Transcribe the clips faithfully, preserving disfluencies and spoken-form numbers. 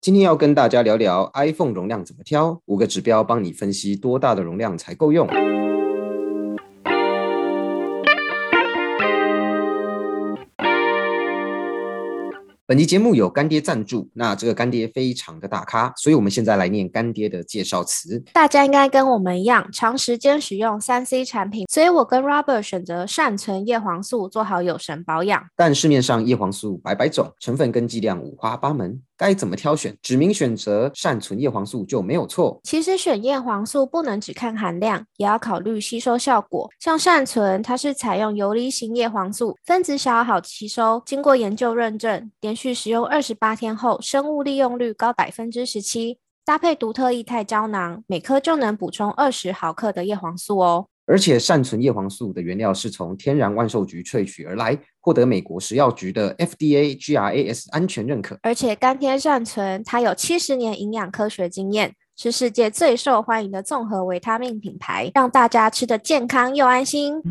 今天要跟大家聊聊 iPhone 容量怎么挑，五个指标帮你分析多大的容量才够用。本期节目有干爹赞助，那这个干爹非常的大咖，所以我们现在来念干爹的介绍词。 大家应该跟我们一样，长时间使用 三 C 产品，所以我跟 Robert 选择善存叶黄素做好有神保养。 但市面上叶黄素百百种，成分跟剂量五花八门，该怎么挑选？指明选择善存叶黄素就没有错。 其实选叶黄素不能只看含量，也要考虑吸收效果。像善存，它是采用游离型叶黄素，分子小好吸收，经过研究认证，连续使用二十八天后，生物利用率高百分之十七。搭配独特液态胶囊，每颗就能补充二十毫克的叶黄素哦。 而且善存叶黄素的原料是从天然万寿菊萃取而来，获得美国食药局的 F D A、G R A S 安全认可。 而且干爹善存，它有七十年营养科学经验，是世界最受欢迎的综合维他命品牌，让大家吃得健康又安心。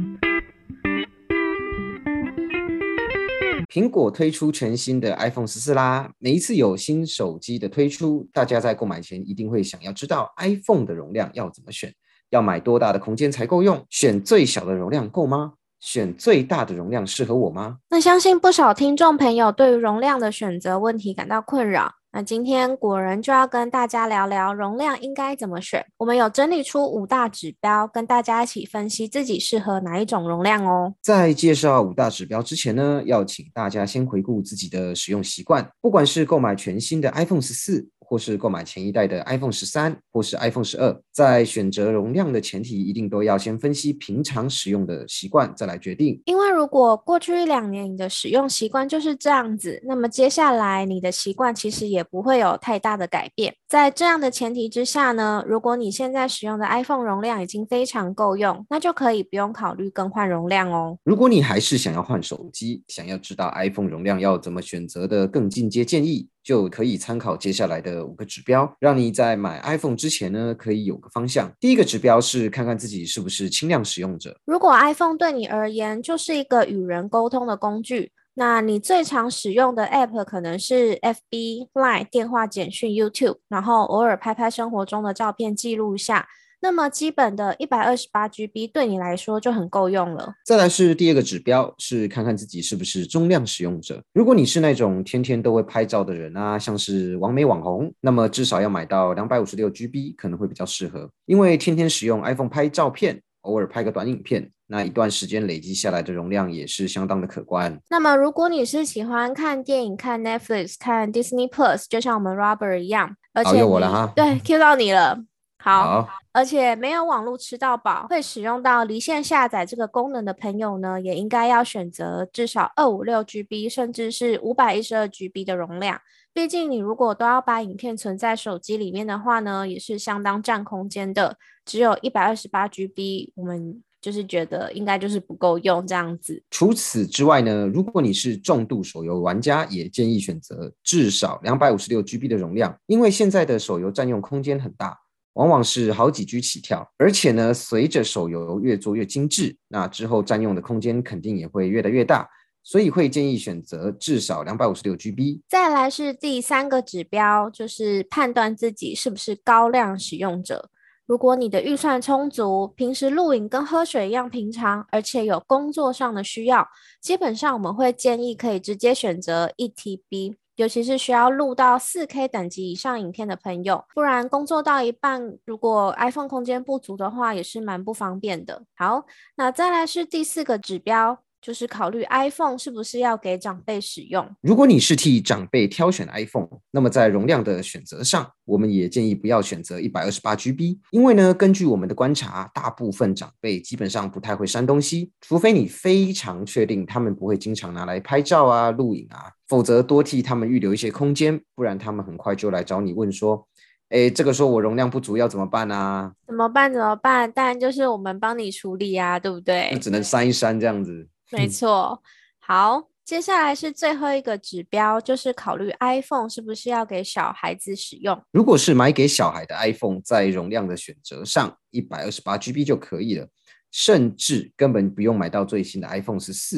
苹果推出全新的 iPhone 十四啦！每一次有新手机的推出，大家在购买前一定会想要知道 iPhone 的容量要怎么选，要买多大的空间才够用，选最小的容量够吗？选最大的容量适合我吗？ 那相信不少听众朋友对于容量的选择问题感到困扰。那今天果仁就要跟大家聊聊容量应该怎么选。我们有整理出五大指标，跟大家一起分析自己适合哪一种容量哦。 在介绍五大指标之前呢，要请大家先回顾自己的使用习惯，不管是购买全新的 iPhone 十四，或是购买前一代的 iPhone 十三，或是 iPhone 十二，在选择容量的前提，一定都要先分析平常使用的习惯，再来决定。 因为如果过去一两年你的使用习惯就是这样子，那么接下来你的习惯其实也不会有太大的改变。在这样的前提之下呢，如果你现在使用的 iPhone 容量已经非常够用，那就可以不用考虑更换容量哦。 如果你还是想要换手机，想要知道 iPhone 容量要怎么选择的更进阶建议，就可以参考接下来的五个指标，让你在买 iPhone 之前呢，可以有个方向。第一个指标是看看自己是不是轻量使用者。 如果 iPhone 对你而言就是一个与人沟通的工具，那你最常使用的 App 可能是 F B、Line、电话、简讯、YouTube， 然后偶尔拍拍生活中的照片记录一下。那么基本的 一百二十八 G B 对你来说就很够用了。 再来是第二个指标，是看看自己是不是中量使用者。如果你是那种天天都会拍照的人啊，像是网美网红，那么至少要买到 两百五十六 G B 可能会比较适合，因为天天使用 iPhone 拍照片，偶尔拍个短影片，那一段时间累积下来的容量也是相当的可观。 那么如果你是喜欢看电影、看 Netflix、看 Disney Plus， 就像我们 Robert 一样，而且好， 你又我了哈。 对 Q 到你了。好， 好， 而且没有网络吃到饱，会使用到离线下载这个功能的朋友呢，也应该要选择至少 二百五十六 G B 甚至是 五百一十二 G B 的容量。毕竟你如果都要把影片存在手机里面的话呢，也是相当占空间的。只有 一百二十八 G B， 我们就是觉得应该就是不够用这样子。 除此之外呢，如果你是重度手游玩家，也建议选择至少 两百五十六 G B 的容量，因为现在的手游占用空间很大，往往是好几 G 起跳，而且呢，随着手游越做越精致，那之后占用的空间肯定也会越来越大，所以会建议选择至少 两百五十六 G B。 再来是第三个指标，就是判断自己是不是高量使用者。如果你的预算充足，平时录影跟喝水一样平常，而且有工作上的需要，基本上我们会建议可以直接选择 一 T B， 尤其是需要录到 四 K 等级以上影片的朋友，不然工作到一半，如果 iPhone 空间不足的话，也是蛮不方便的。好，那再来是第四个指标，就是考虑 iPhone 是不是要给长辈使用。 如果你是替长辈挑选 iPhone， 那么在容量的选择上，我们也建议不要选择 一百二十八 G B， 因为呢，根据我们的观察，大部分长辈基本上不太会删东西，除非你非常确定他们不会经常拿来拍照啊、录影啊，否则多替他们预留一些空间，不然他们很快就来找你问说，诶，这个说我容量不足要怎么办啊？ 怎么办？怎么办？当然就是我们帮你处理啊，对不对？ 就只能删一删这样子。 没错。好，接下来是最后一个指标，就是考虑 iPhone 是不是要给小孩子使用。 如果是买给小孩的 iPhone， 在容量的选择上 一百二十八 G B 就可以了，甚至根本不用买到最新的 iPhone 十四，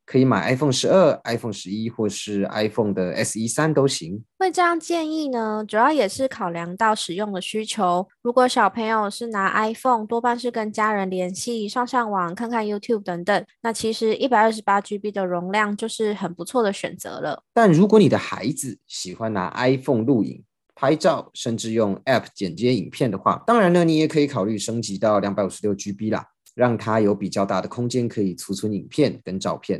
可以买 iPhone 十二、iPhone 十一或是 iPhone 的 S E 三都行。 会这样建议呢，主要也是考量到使用的需求。如果小朋友是拿 iPhone，多半是跟家人联系、上上网、看看 YouTube 等等，那其实 一百二十八 G B 的容量就是很不错的选择了。 但如果你的孩子喜欢拿 iPhone 录影、拍照，甚至用 App 剪接影片的话，当然呢，你也可以考虑升级到 两百五十六 G B 啦，让它有比较大的空间可以储存影片跟照片。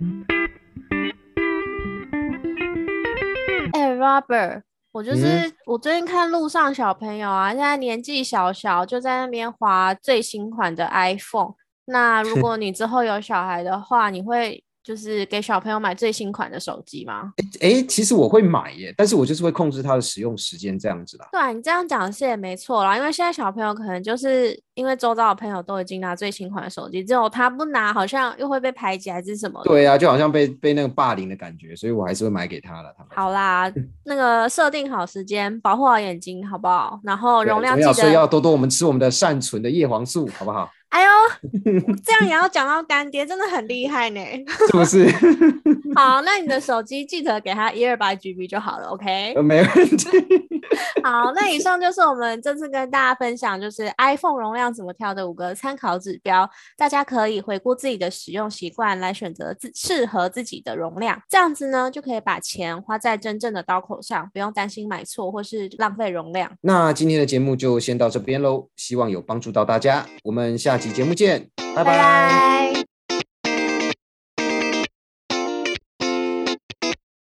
哎、欸、，Robert， 我就是、 嗯、 我最近看路上小朋友啊，现在年纪小小就在那边滑最新款的 iPhone。那如果你之后有小孩的话，你会就是给小朋友买最新款的手机吗？ 哎，其实我会买耶，但是我就是会控制它的使用时间这样子啦。 对啊，你这样讲是也没错啦，因为现在小朋友可能就是因为周遭的朋友都已经拿最新款的手机，只有他不拿，好像又会被排挤还是什么的。 对啊，就好像被被那个霸凌的感觉，所以我还是会买给他了。 好啦，那个设定好时间，保护好眼睛，好不好？然后容量记得， 所以要多多我们吃我们的善存的叶黄素，好不好？ 哎呦，这样也要讲到干爹，真的很厉害呢， 是不是？ 好，那你的手机记得给他一二八 G B 就好了 ，OK？ 呃，没问题。 好，那以上就是我们这次跟大家分享，就是 iPhone 容量怎么挑的五个参考指标，大家可以回顾自己的使用习惯，来选择自适合自己的容量，这样子呢，就可以把钱花在真正的刀口上，不用担心买错或是浪费容量。 那今天的节目就先到这边喽，希望有帮助到大家，我们下期节目见，拜拜。 拜拜。